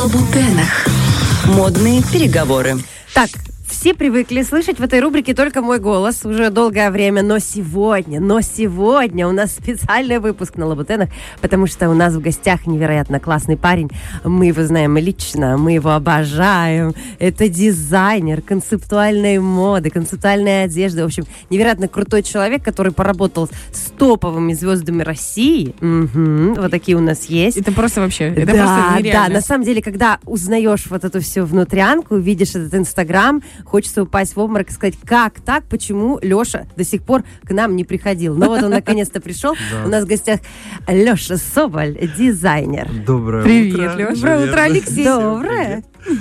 Лабутенах. Модные переговоры. Так, все привыкли слышать в этой рубрике только мой голос уже долгое время, но сегодня у нас специальный выпуск на Лабутенах, потому что у нас в гостях невероятно классный парень. Мы его знаем лично, мы его обожаем. Это дизайнер концептуальной моды, концептуальной одежды. В общем, невероятно крутой человек, который поработал с топовыми звездами России. Угу, вот такие у нас есть. Это просто вообще, это да, просто нереально. Да, на самом деле, когда узнаешь вот эту всю внутрянку, видишь этот Инстаграм, хочется упасть в обморок и сказать, как так, почему Леша до сих пор к нам не приходил. Но вот он наконец-то пришел. У нас в гостях Леша Соболь, дизайнер. Доброе Привет, утро. Леша. Доброе утро, Алексей. Доброе.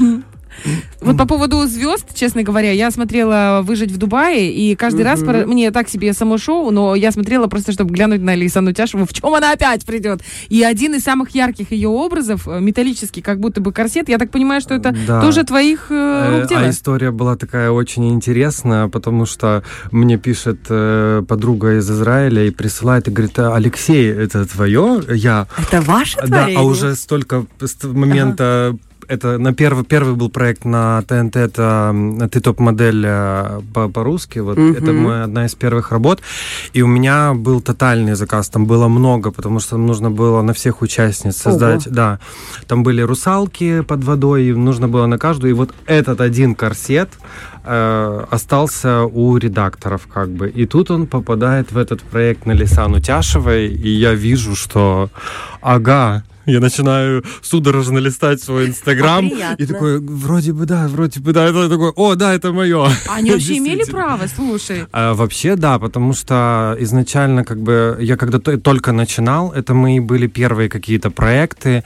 Вот по поводу звезд, честно говоря, я смотрела «Выжить в Дубае», и каждый раз, мне так себе само шоу, но я смотрела просто, чтобы глянуть на Лейсану Тяшеву, в чем она опять придет. И один из самых ярких ее образов, металлический, как будто бы корсет, я так понимаю, что это тоже твоих рук дело. А история была такая очень интересная, потому что мне пишет подруга из Израиля и присылает, и говорит: Алексей, это твое? Это ваше творение? Да, а уже столько с момента... Это первый был проект на ТНТ, это «Ты топ-модель» по-русски. Вот это одна из первых работ. И у меня был тотальный заказ. Там было много, потому что нужно было на всех участниц создать. Ого. Да. Там были русалки под водой, и нужно было на каждую. И вот этот один корсет остался у редакторов, как бы. И тут он попадает в этот проект на Лейсану Тяшевой, и я вижу, что я начинаю судорожно листать свой Инстаграм. И такой, вроде бы да. Это такой, это мое. Они вообще имели право, слушай? Вообще, да, потому что изначально, как бы, я когда только начинал, это мои были первые какие-то проекты,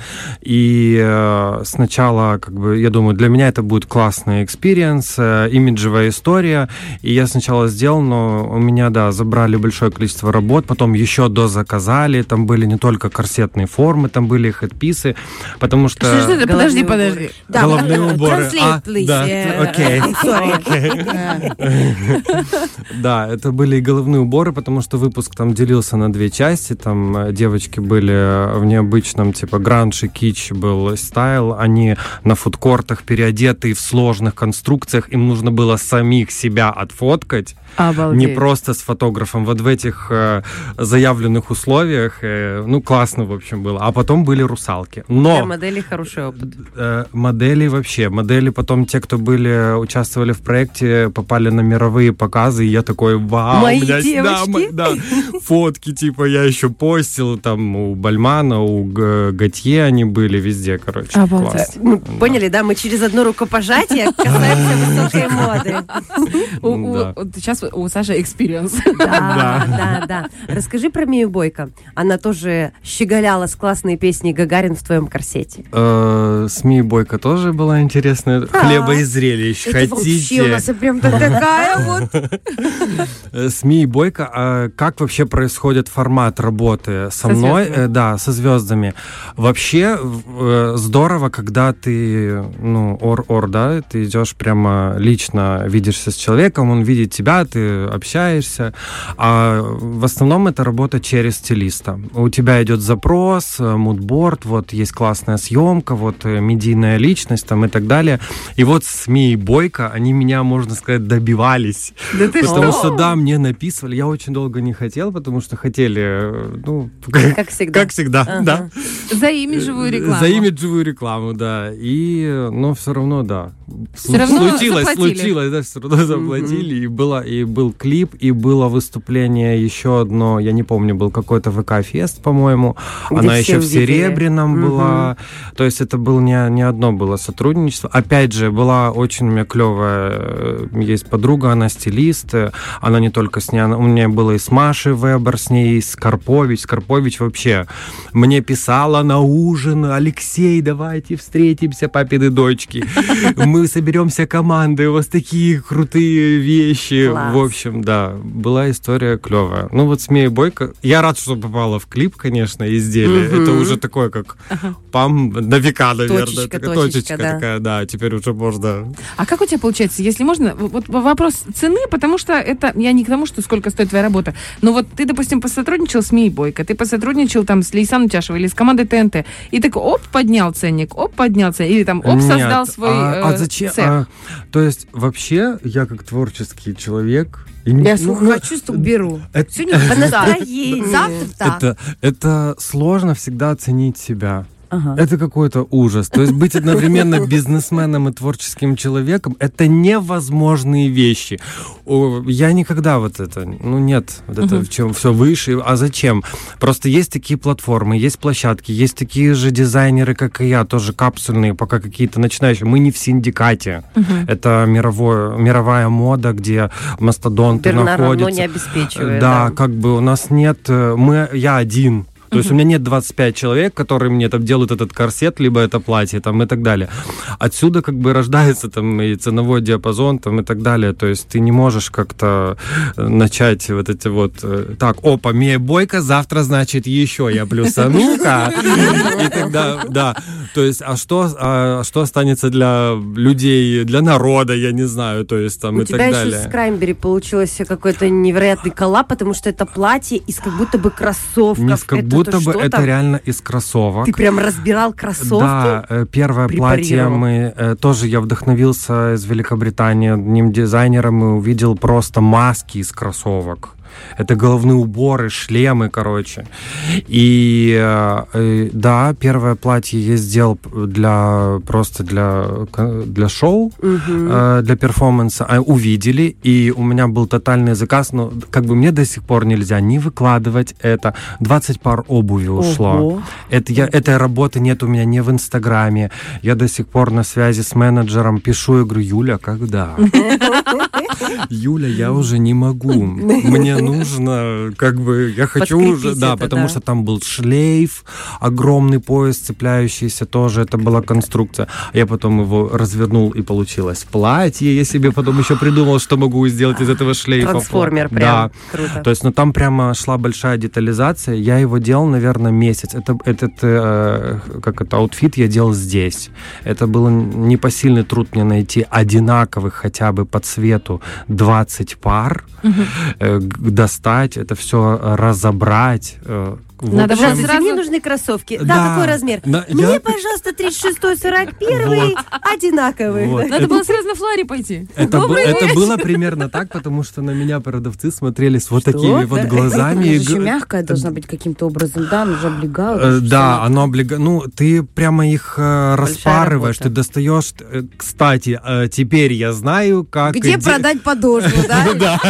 и сначала, как бы, я думаю, для меня это будет классный экспириенс, имиджевая история, и я сначала сделал, но у меня, забрали большое количество работ, потом еще дозаказали, там были не только корсетные формы, там были хедписы, потому что... Что это? Подожди. Головные уборы. Окей. Да, это были и головные уборы, потому что выпуск там делился на две части, там девочки были в необычном, типа, гранж и кич был стайл, они на фудкортах переодетые в сложных конструкциях, им нужно было самих себя отфоткать. Обалдеть. Не просто с фотографом, вот в этих заявленных условиях, классно, в общем, было. А потом были русалки. Но для моделей хороший опыт. Модели потом, те, кто участвовали в проекте, попали на мировые показы, и я такой, вау, мои девочки. Да, фотки, типа, я еще постил, там, у Бальмана, у Готье они были, везде, короче. Классно. Поняли, да? Мы через одно рукопожатие касаемся высокой моды. Сейчас у Саши экспириенс. Да. Расскажи про Мию Бойко. Она тоже щеголяла с классной песней «Гагарин в твоем корсете». С Мией Бойко тоже была интересная. Хлеба и зрелищ. Это вообще у нас прям такая вот. С Мией Бойко, как вообще происходит формат работы со мной? Со звездами. Вообще здорово, когда ты, ты идешь прямо лично, видишься с человеком, он видит тебя, ты общаешься. А в основном это работа через стилиста. У тебя идет запрос, мудборд, вот есть классная съемка, вот медийная личность там и так далее. И вот с Мией Бойко они меня, можно сказать, добивались. Да ты потому что, мне написывали. Я очень долго не хотел, потому что хотели, как всегда. Как всегда, да. За имиджевую рекламу. За имиджевую рекламу, да. И, все равно, да. Все равно Случилось, да, все равно заплатили. И был клип, и было выступление еще одно, я не помню, был какой-то ВК-фест, по-моему. Она еще в Серебряном была. То есть это было не одно было сотрудничество. Опять же, была очень у меня клевая, есть подруга, она стилист, она не только с ней, у меня было и с Машей Вебер, с ней, и с Карпович. Карпович вообще мне писала на ужин: Алексей, давайте встретимся, папины дочки. Мы мы соберемся командой, у вас такие крутые вещи. Класс. В общем, да, была история клевая. Ну вот с Мией Бойко, я рад, что попала в клип, конечно, изделие. Это уже такое, как пам, на века, наверное. Точечка да. такая, да, теперь уже можно... А как у тебя получается, если можно, вот вопрос цены, потому что это, я не к тому, что сколько стоит твоя работа, но вот ты, допустим, посотрудничал с Мией Бойко, ты посотрудничал там с Лейсан Утяшевой или с командой ТНТ, и так поднял ценник, или там создал свой зачем? То есть вообще я как творческий человек... Я хочу, чтобы беру. Сегодня по настроению. Завтра так. Это сложно всегда оценить себя. Ага. Это какой-то ужас. То есть быть одновременно бизнесменом и творческим человеком — это невозможные вещи. Я никогда вот это... нет, вот это в чем все выше. А зачем? Просто есть такие платформы, есть площадки, есть такие же дизайнеры, как и я, тоже капсульные, пока какие-то начинающие. Мы не в синдикате. Это мировая мода, где мастодонты Бернар находятся. равно не обеспечивает. Да, как бы у нас нет... Я один. То есть у меня нет 25 человек, которые мне там делают этот корсет, либо это платье, там, и так далее. Отсюда как бы рождается там и ценовой диапазон, там, и так далее. То есть ты не можешь как-то начать вот эти вот... Так, опа, Мия Бойко, завтра, значит, еще я плюсану-ка. И тогда, да. То есть, а что останется для людей, для народа, я не знаю, то есть там и так далее. У тебя еще с Краймбери получился какой-то невероятный коллаб, потому что это платье из как будто бы кроссовков. Не как будто бы это реально из кроссовок. Ты прям разбирал кроссовки? Да, первое платье я вдохновился из Великобритании одним дизайнером и увидел просто маски из кроссовок. Это головные уборы, шлемы, короче. И да, первое платье я сделал для шоу, для перформанса. Увидели, и у меня был тотальный заказ, но как бы мне до сих пор нельзя не выкладывать это. 20 пар обуви ушло. Этой работы нет у меня ни в Инстаграме. Я до сих пор на связи с менеджером, пишу и говорю: Юля, когда? Юля, я уже не могу. Мне нужно, как бы, я хочу уже, да, потому что там был шлейф, огромный пояс цепляющийся тоже, это была конструкция. Я потом его развернул, и получилось платье. Я себе потом еще придумал, что могу сделать из этого шлейфа. Трансформер прям. Да. Круто. То есть, там прямо шла большая детализация. Я его делал, наверное, месяц. Этот аутфит я делал здесь. Это был непосильный труд мне найти одинаковых хотя бы по цвету 20 пар, достать, это все разобрать. Надо сразу... Мне нужны кроссовки. Да, какой размер? Мне, пожалуйста, 36-й, 41-й, одинаковые. Вот. Надо было сразу на Фларе пойти. Это было примерно так, потому что на меня продавцы смотрели с вот такими вот глазами. Она еще мягкая должна быть каким-то образом, да? Она же облегала. Да, оно облегало. ты прямо их распарываешь, ты достаешь. Кстати, теперь я знаю, как... Где продать подошву, да? Да.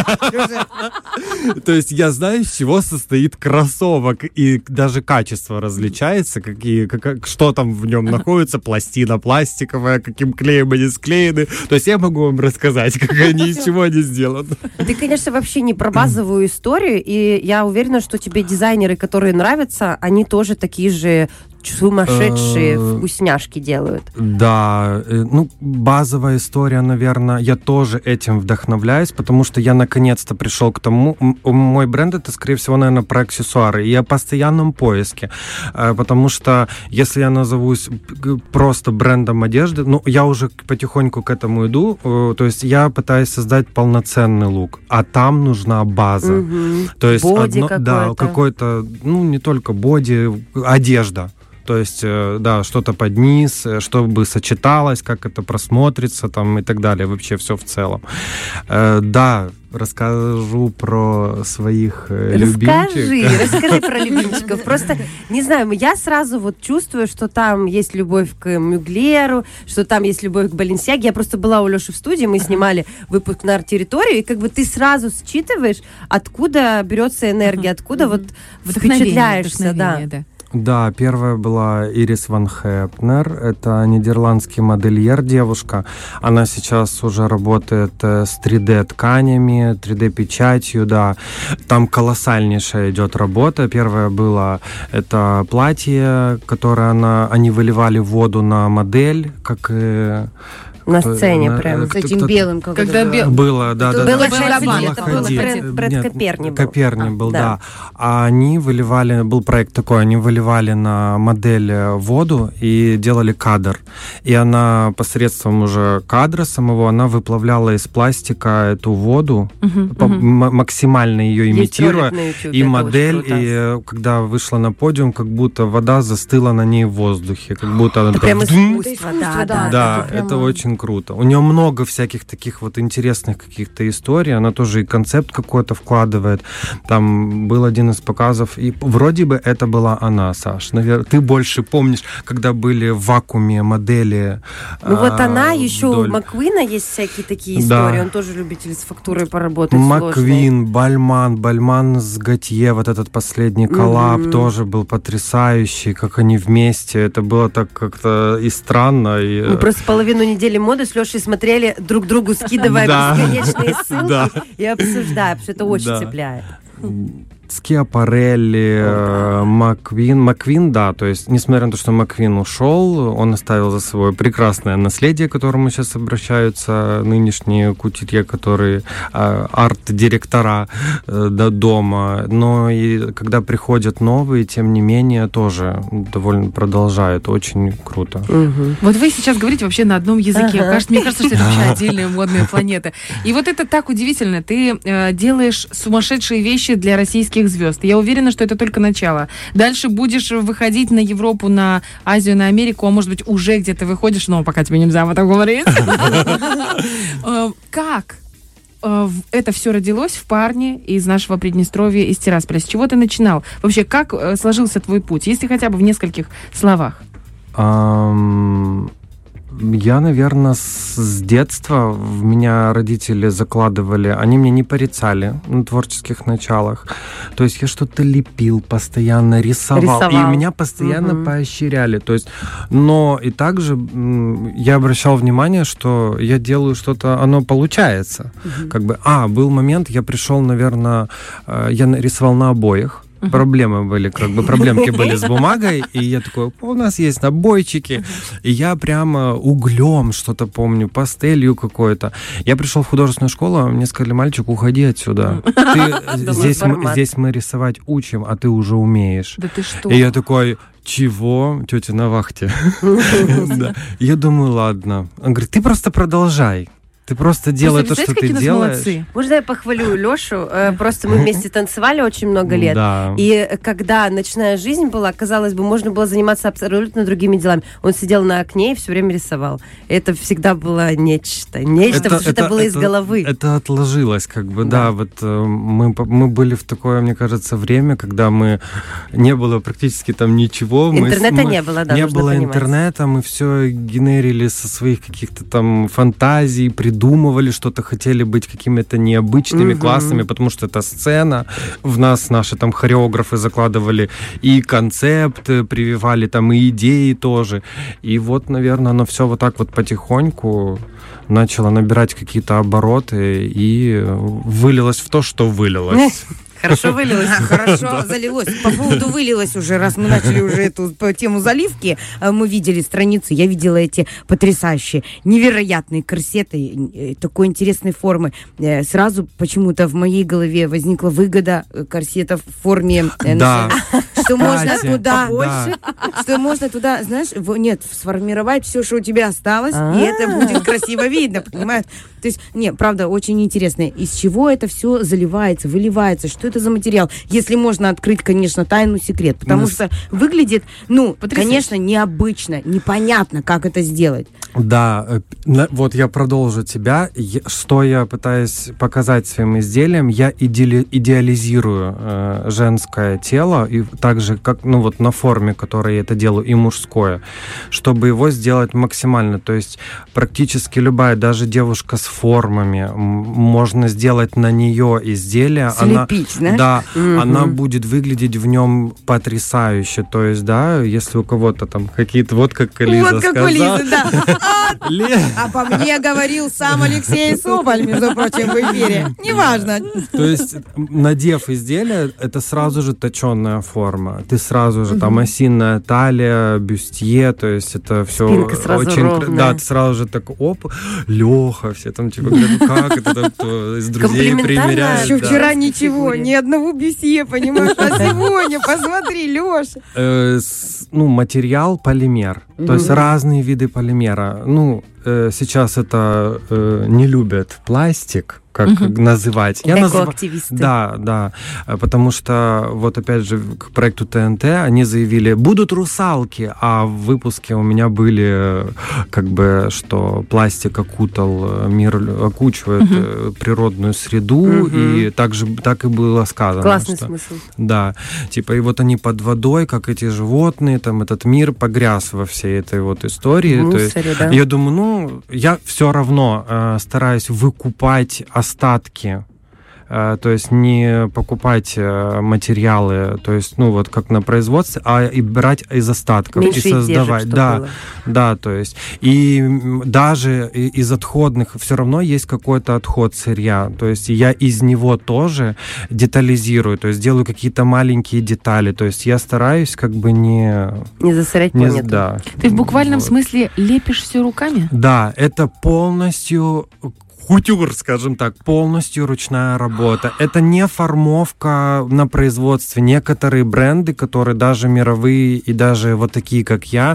То есть я знаю, из чего состоит кроссовок. И даже качество различается, что там в нем находится, пластина пластиковая, каким клеем они склеены. То есть я могу вам рассказать, как они, из чего они сделаны. Ты, конечно, вообще не про базовую историю, и я уверена, что тебе дизайнеры, которые нравятся, они тоже такие же сумасшедшие вкусняшки делают. Да, базовая история, наверное, я тоже этим вдохновляюсь, потому что я наконец-то пришел к тому, мой бренд это, скорее всего, наверное, про аксессуары, и я в постоянном поиске, потому что если я назовусь просто брендом одежды, я уже потихоньку к этому иду, то есть я пытаюсь создать полноценный лук, а там нужна база. То есть боди какой-то. Не только боди, одежда. То есть, да, что-то под низ, чтобы сочеталось, как это просмотрится, там, и так далее. Вообще все в целом. Да, расскажу про своих любимчиков. Расскажи про любимчиков. Просто, не знаю, я сразу вот чувствую, что там есть любовь к Мюглеру, что там есть любовь к Баленсиаге. Я просто была у Леши в студии, мы снимали выпуск на арт-территорию, и как бы ты сразу считываешь, откуда берется энергия, откуда вот впечатляешься. Да. Да, первая была Ирис Ван Хепнер. Это нидерландский модельер, девушка. Она сейчас уже работает с 3D-тканями, 3D-печатью, да. Там колоссальнейшая идет работа. Первое было это платье, которое они выливали воду на модель, как На сцене прям. С этим белым, как Когда это было. Было, да. Было Было ходить. Брэд Коперни был. Коперни был, Да. да. А они выливали, был проект такой, они выливали на модель воду и делали кадр. И она посредством уже кадра самого, она выплавляла из пластика эту воду, максимально ее имитируя. Есть ролик на YouTube, И это модель, очень круто. и когда вышла на подиум, как будто вода застыла на ней в воздухе. Как будто она Это такая... прям искусство, искусство, да. Да, это прямо- это очень круто. У нее много всяких таких вот интересных каких-то историй. Она тоже и концепт какой-то вкладывает. Там был один из показов, и вроде бы это была она, Саш. Наверное, ты больше помнишь, когда были в вакууме модели. Ну вот она, еще у вдоль. Маквина есть всякие такие Да. истории. Он тоже любитель с фактурой поработать. Маквин, Бальман с Готье, вот этот последний коллаб тоже был потрясающий, как они вместе. Это было так как-то и странно. И... Мы просто половину недели моды с Лешей смотрели, друг другу скидывая Да. бесконечные ссылки Да. и обсуждая, потому что это очень Да. цепляет. Скиапарелли, Маквин, да, то есть, несмотря на то, что Маквин ушел, он оставил за собой прекрасное наследие, к которому сейчас обращаются нынешние кутюрье, которые арт-директора до дома, но и когда приходят новые, тем не менее, тоже довольно продолжают, очень круто. Вот вы сейчас говорите вообще на одном языке. Мне кажется, что это вообще отдельная модная планета. И вот это так удивительно. Ты делаешь сумасшедшие вещи для российских звезд. Я уверена, что это только начало. Дальше будешь выходить на Европу, на Азию, на Америку, а может быть, уже где-то выходишь, но пока тебе нельзя об этом говорить. Как это все родилось в парне из нашего Приднестровья, из Тирасполя? С чего ты начинал? Вообще, как сложился твой путь? Если хотя бы в нескольких словах. Я, наверное, с детства в меня родители закладывали, они меня не порицали на творческих началах. То есть я что-то лепил, постоянно рисовал. И меня постоянно поощряли. То есть, но и также я обращал внимание, что я делаю что-то, оно получается. Как бы, был момент, я пришел, наверное, я рисовал на обоях. Проблемы были, проблемки были с бумагой, и я такой, у нас есть набойчики, и я прямо углем что-то помню, пастелью какой-то. Я пришел в художественную школу, мне сказали, мальчик, уходи отсюда. Здесь мы рисовать учим, а ты уже умеешь. Да ты что? И я такой... Чего? Тетя на вахте. Я думаю, ладно. Он говорит, ты просто продолжай. Ты просто делай то, что ты делаешь. Молодцы. Можно я похвалю Лешу? Просто мы вместе танцевали очень много лет. Да. И когда ночная жизнь была, казалось бы, можно было заниматься абсолютно другими делами. Он сидел на окне и все время рисовал. Это всегда было нечто, потому что это было из головы. Это отложилось, да. Вот мы были в такое, мне кажется, время, когда не было практически там ничего. Интернета не было, да, не нужно было понимать. интернета, мы все генерили со своих каких-то там фантазий, придумывали что-то, хотели быть какими-то необычными, классными, потому что это сцена. В нас наши там хореографы закладывали и концепты, прививали там и идеи тоже. И вот, наверное, оно все вот так вот потихоньку начало набирать какие-то обороты и вылилось в то, что вылилось. Хорошо вылилось. Хорошо залилось. По поводу вылилось уже, раз мы начали уже эту тему заливки, мы видели страницы, я видела эти потрясающие, невероятные корсеты такой интересной формы. Сразу почему-то в моей голове возникла выгода корсета в форме Да. что можно туда побольше. что можно туда, знаешь, сформировать все, что у тебя осталось, и это будет красиво видно, понимаешь? То есть, правда, очень интересно, из чего это все заливается, выливается, что это за материал, если можно открыть, конечно, тайну, секрет, потому что выглядит, конечно, необычно, непонятно, как это сделать. Да, вот я продолжу тебя. Что я пытаюсь показать своим изделием, я идеализирую женское тело, и также как, на форме, которой я это делаю, и мужское, чтобы его сделать максимально. То есть практически любая, даже девушка с формами, можно сделать на нее изделие. Слепить, Отлично. Да, она будет выглядеть в нем потрясающе. То есть, да, если у кого-то там какие-то, вот как Лиза Вот как сказала. у Лизы, да. Ле- А по мне говорил сам Алексей Соболь, между прочим, в эфире. Неважно. То есть, надев изделие, это сразу же точенная форма. Ты сразу же там осиная талия, бюстье, то есть это все Спинка сразу очень... ровная. Да, ты сразу же так, оп, Леха, все там типа говорят, «Ну как это там, кто из друзей Комплиментарно. примеряет. Еще да. вчера ничего, фигуре. ни одного бюстье, понимаешь? А сегодня, посмотри, Леша. Материал полимер. То есть разные виды полимера. Сейчас это не любят пластик, как называть. Экоактивисты. Да, потому что вот опять же к проекту ТНТ они заявили, будут русалки, а в выпуске у меня были как бы, что пластик окутал мир, окучивает природную среду, и так и было сказано. Классный что, смысл. да, типа и вот они под водой, как эти животные, там этот мир погряз во всей этой вот истории. В То есть, мусоре, да. я думаю, я все равно стараюсь выкупать остатки, то есть не покупать материалы, то есть, вот как на производстве, а и брать из остатков Меньше и создавать. издержек, Да, чтобы было. да, то есть. И даже из отходных все равно есть какой-то отход сырья. То есть я из него тоже детализирую, то есть делаю какие-то маленькие детали. То есть я стараюсь как бы не засорять планету. да. Ты в буквальном Вот. смысле лепишь все руками? Да, это полностью кутюр, скажем так, полностью ручная работа. Это не формовка на производстве. Некоторые бренды, которые даже мировые и даже вот такие, как я,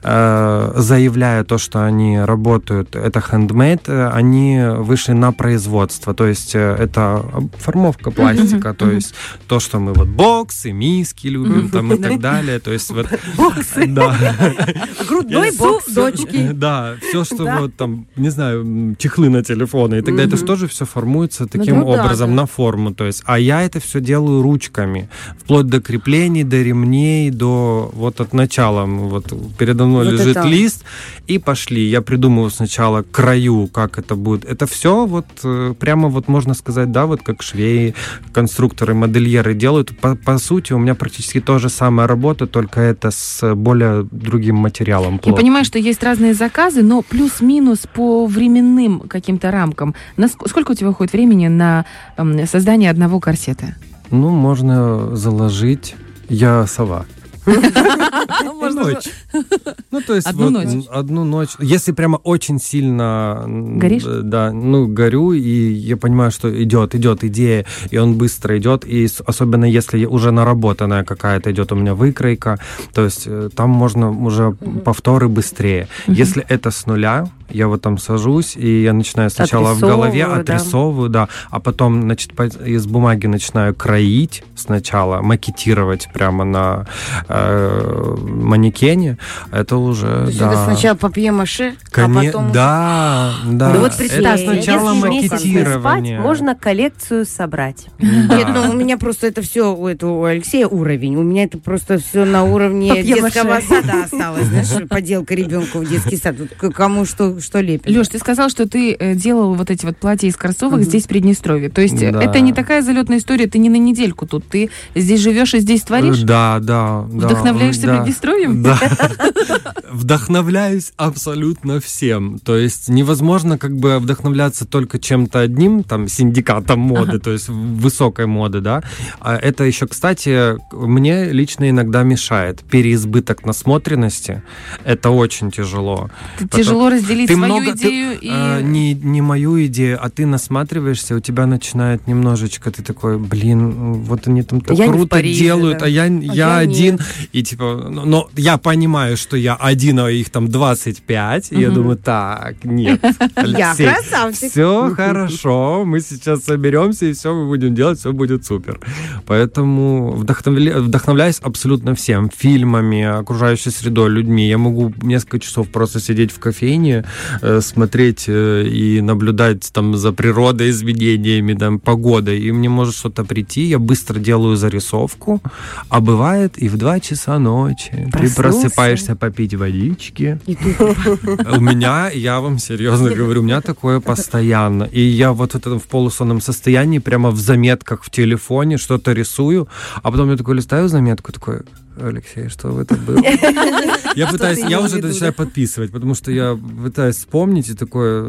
заявляя то, что они работают, это handmade, они вышли на производство. То есть это формовка пластика, то есть то, что мы вот боксы, миски любим там и так далее. То есть вот... Боксы. Да. Грудной бокс дочки. Да, все, что Да. вот там, не знаю, чехлы на телефоны и так далее, это же тоже все формуется таким Ну да, образом да. на форму. То есть, а я это все делаю ручками, вплоть до креплений, до ремней, до вот от начала. Вот передо мной Вот лежит это. лист, и пошли. Я придумываю сначала краю, как это будет. Это все вот прямо вот можно сказать, да, вот как швеи, конструкторы, модельеры делают. По сути, у меня практически то же самая работа, только это с более другим материалом. Я плотным. понимаю, что есть разные заказы, но плюс-минус по временным каким-то рамкам. Сколько у тебя уходит времени на создание одного корсета? Можно заложить. Я сова. Ночь. То есть Одну ночь. Одну ночь. Если прямо очень сильно... Горишь? Да, горю, и я понимаю, что идет идея, и он быстро идет, и особенно если уже наработанная какая-то идет у меня выкройка, то есть там можно уже повторы быстрее. Если это с нуля, я вот там сажусь, и я начинаю сначала в голове отрисовываю, да, а потом, значит, из бумаги начинаю кроить сначала, макетировать прямо на манекене. Это уже, То есть да. это сначала папье-маше, а потом... Да. Ну вот представь, это сначала если месяц не спать, макетирование. можно коллекцию собрать. Нет, у меня просто это все, у Алексея уровень. У меня это просто все на уровне Папье-маше. детского сада осталось. Знаешь, поделка ребенка в детский сад. Вот кому что лепит. Леш, ты сказал, что ты делал вот эти вот платья из кроссовок здесь, в Приднестровье. То есть Да. это не такая залетная история, ты не на недельку тут. Ты здесь живешь и здесь творишь? Да. Вдохновляешься да. Приднестровьем? Да. Вдохновляюсь абсолютно всем. То есть невозможно как бы вдохновляться только чем-то одним, там, синдикатом моды, то есть высокой моды, да. А это еще, кстати, мне лично иногда мешает. Переизбыток насмотренности. Это очень тяжело. Тяжело разделить Ты свою много, идею и... не мою идею, а ты насматриваешься, у тебя начинает немножечко, ты такой, вот они там так Я не в круто Париже, делают, да. а я я один, нет. и типа, но я понимаю, что я один, а их там 25, и я думаю, так, нет, Я Алексей, красавчик. все хорошо, мы сейчас соберемся, и все мы будем делать, все будет супер. Поэтому вдохновляюсь абсолютно всем, фильмами, окружающей средой, людьми. Я могу несколько часов просто сидеть в кофейне, смотреть и наблюдать там за природой, изменениями, там, погодой, и мне может что-то прийти, я быстро делаю зарисовку, а бывает и в 2 часа ночи, ты Проснулся. просыпаешься попить водички. У меня, я вам серьезно говорю, у меня такое постоянно. И я вот в полусонном состоянии, прямо в заметках в телефоне что-то рисую, а потом я такой листаю заметку, такой: Алексей, что это было? Я уже начинаю подписывать, потому что я пытаюсь вспомнить и такое: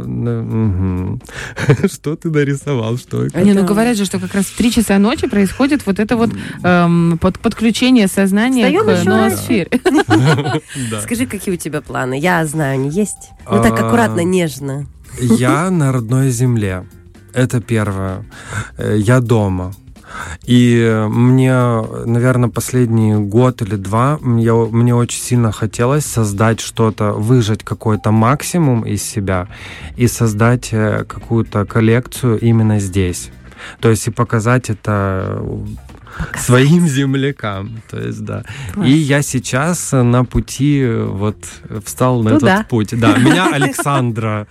что ты нарисовал, что? Говорят же, что как раз в 3 часа ночи происходит вот это вот подключение сознания Встаём к еще ноосфере. Скажи, какие у тебя планы? Я знаю, они есть. Ну так аккуратно, нежно. Я на родной земле. Это первое. Я дома. И мне, наверное, последний год или 2 мне очень сильно хотелось создать что-то, выжать какой-то максимум из себя и создать какую-то коллекцию именно здесь. То есть и показать это своим землякам. То есть, да. И я сейчас на пути вот встал на этот путь. Да, меня Александра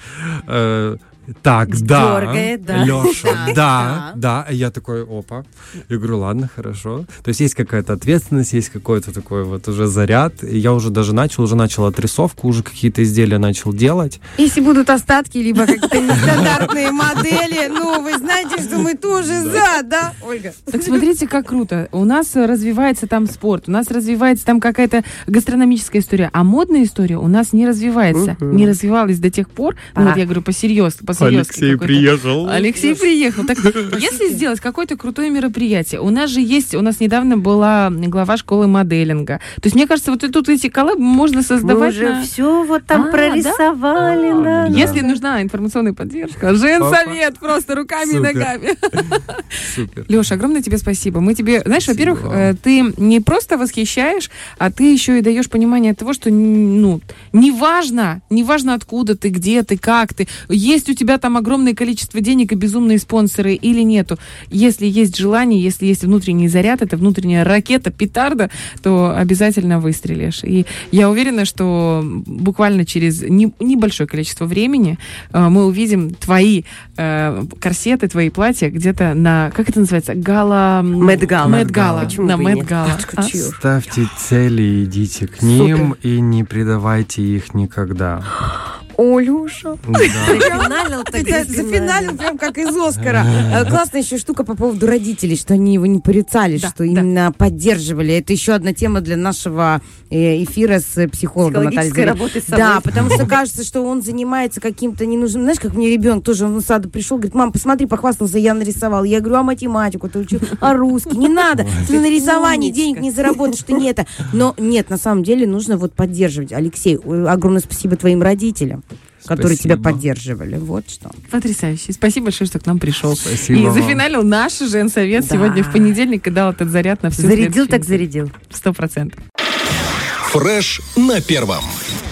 Дёргает, да. Лёша, да. И я такой: опа. Я говорю: ладно, хорошо. То есть есть какая-то ответственность, есть какой-то такой вот уже заряд. И я уже даже начал отрисовку, уже какие-то изделия начал делать. Если будут остатки, либо какие-то нестандартные модели, вы знаете, что мы тоже за, да, Ольга? Так смотрите, как круто. У нас развивается там спорт, у нас развивается там какая-то гастрономическая история, а модная история у нас не развивается. Не развивалась до тех пор, вот я говорю по-серьезки. Алексей приехал. Алексей приехал. Так, если сделать какое-то крутое мероприятие, у нас недавно была глава школы моделинга. То есть, мне кажется, вот тут эти коллабы можно создавать. Мы уже все вот там прорисовали. Да? Если нужна информационная поддержка, женсовет просто руками и ногами. Супер. Леша, огромное тебе спасибо. Мы тебе, знаешь, во-первых, ты не просто восхищаешь, а ты еще и даешь понимание того, что неважно откуда ты, где ты, как ты, есть у тебя там огромное количество денег и безумные спонсоры или нету. Если есть желание, если есть внутренний заряд, это внутренняя ракета, петарда, то обязательно выстрелишь. И я уверена, что буквально через небольшое количество времени мы увидим твои корсеты, твои платья где-то на, как это называется, Мэтт-гала. На Мэтт-гала. Ставьте цели, идите к ним и не предавайте их никогда. Олюша. Зафиналил Зафиналил прям как из Оскара. Классная еще штука по поводу родителей, что они его не порицали, что именно поддерживали. Это еще одна тема для нашего эфира с психологом Натальей. Работы с собой. Да, потому что кажется, что он занимается каким-то ненужным. Знаешь, как мне ребенок тоже в саду пришел, говорит: мам, посмотри, похвастался, я нарисовал. Я говорю: а математику ты учил, а русский? Не надо, ты на рисовании денег не заработаешь, что не это. Но нет, на самом деле нужно вот поддерживать. Алексей, огромное спасибо твоим родителям, которые тебя поддерживали. Вот что. Потрясающе. Спасибо большое, что к нам пришел. Спасибо и вам. зафиналил наш женсовет сегодня в понедельник и дал этот заряд на всю Зарядил следующую так неделю. зарядил. 100%. Фреш на первом.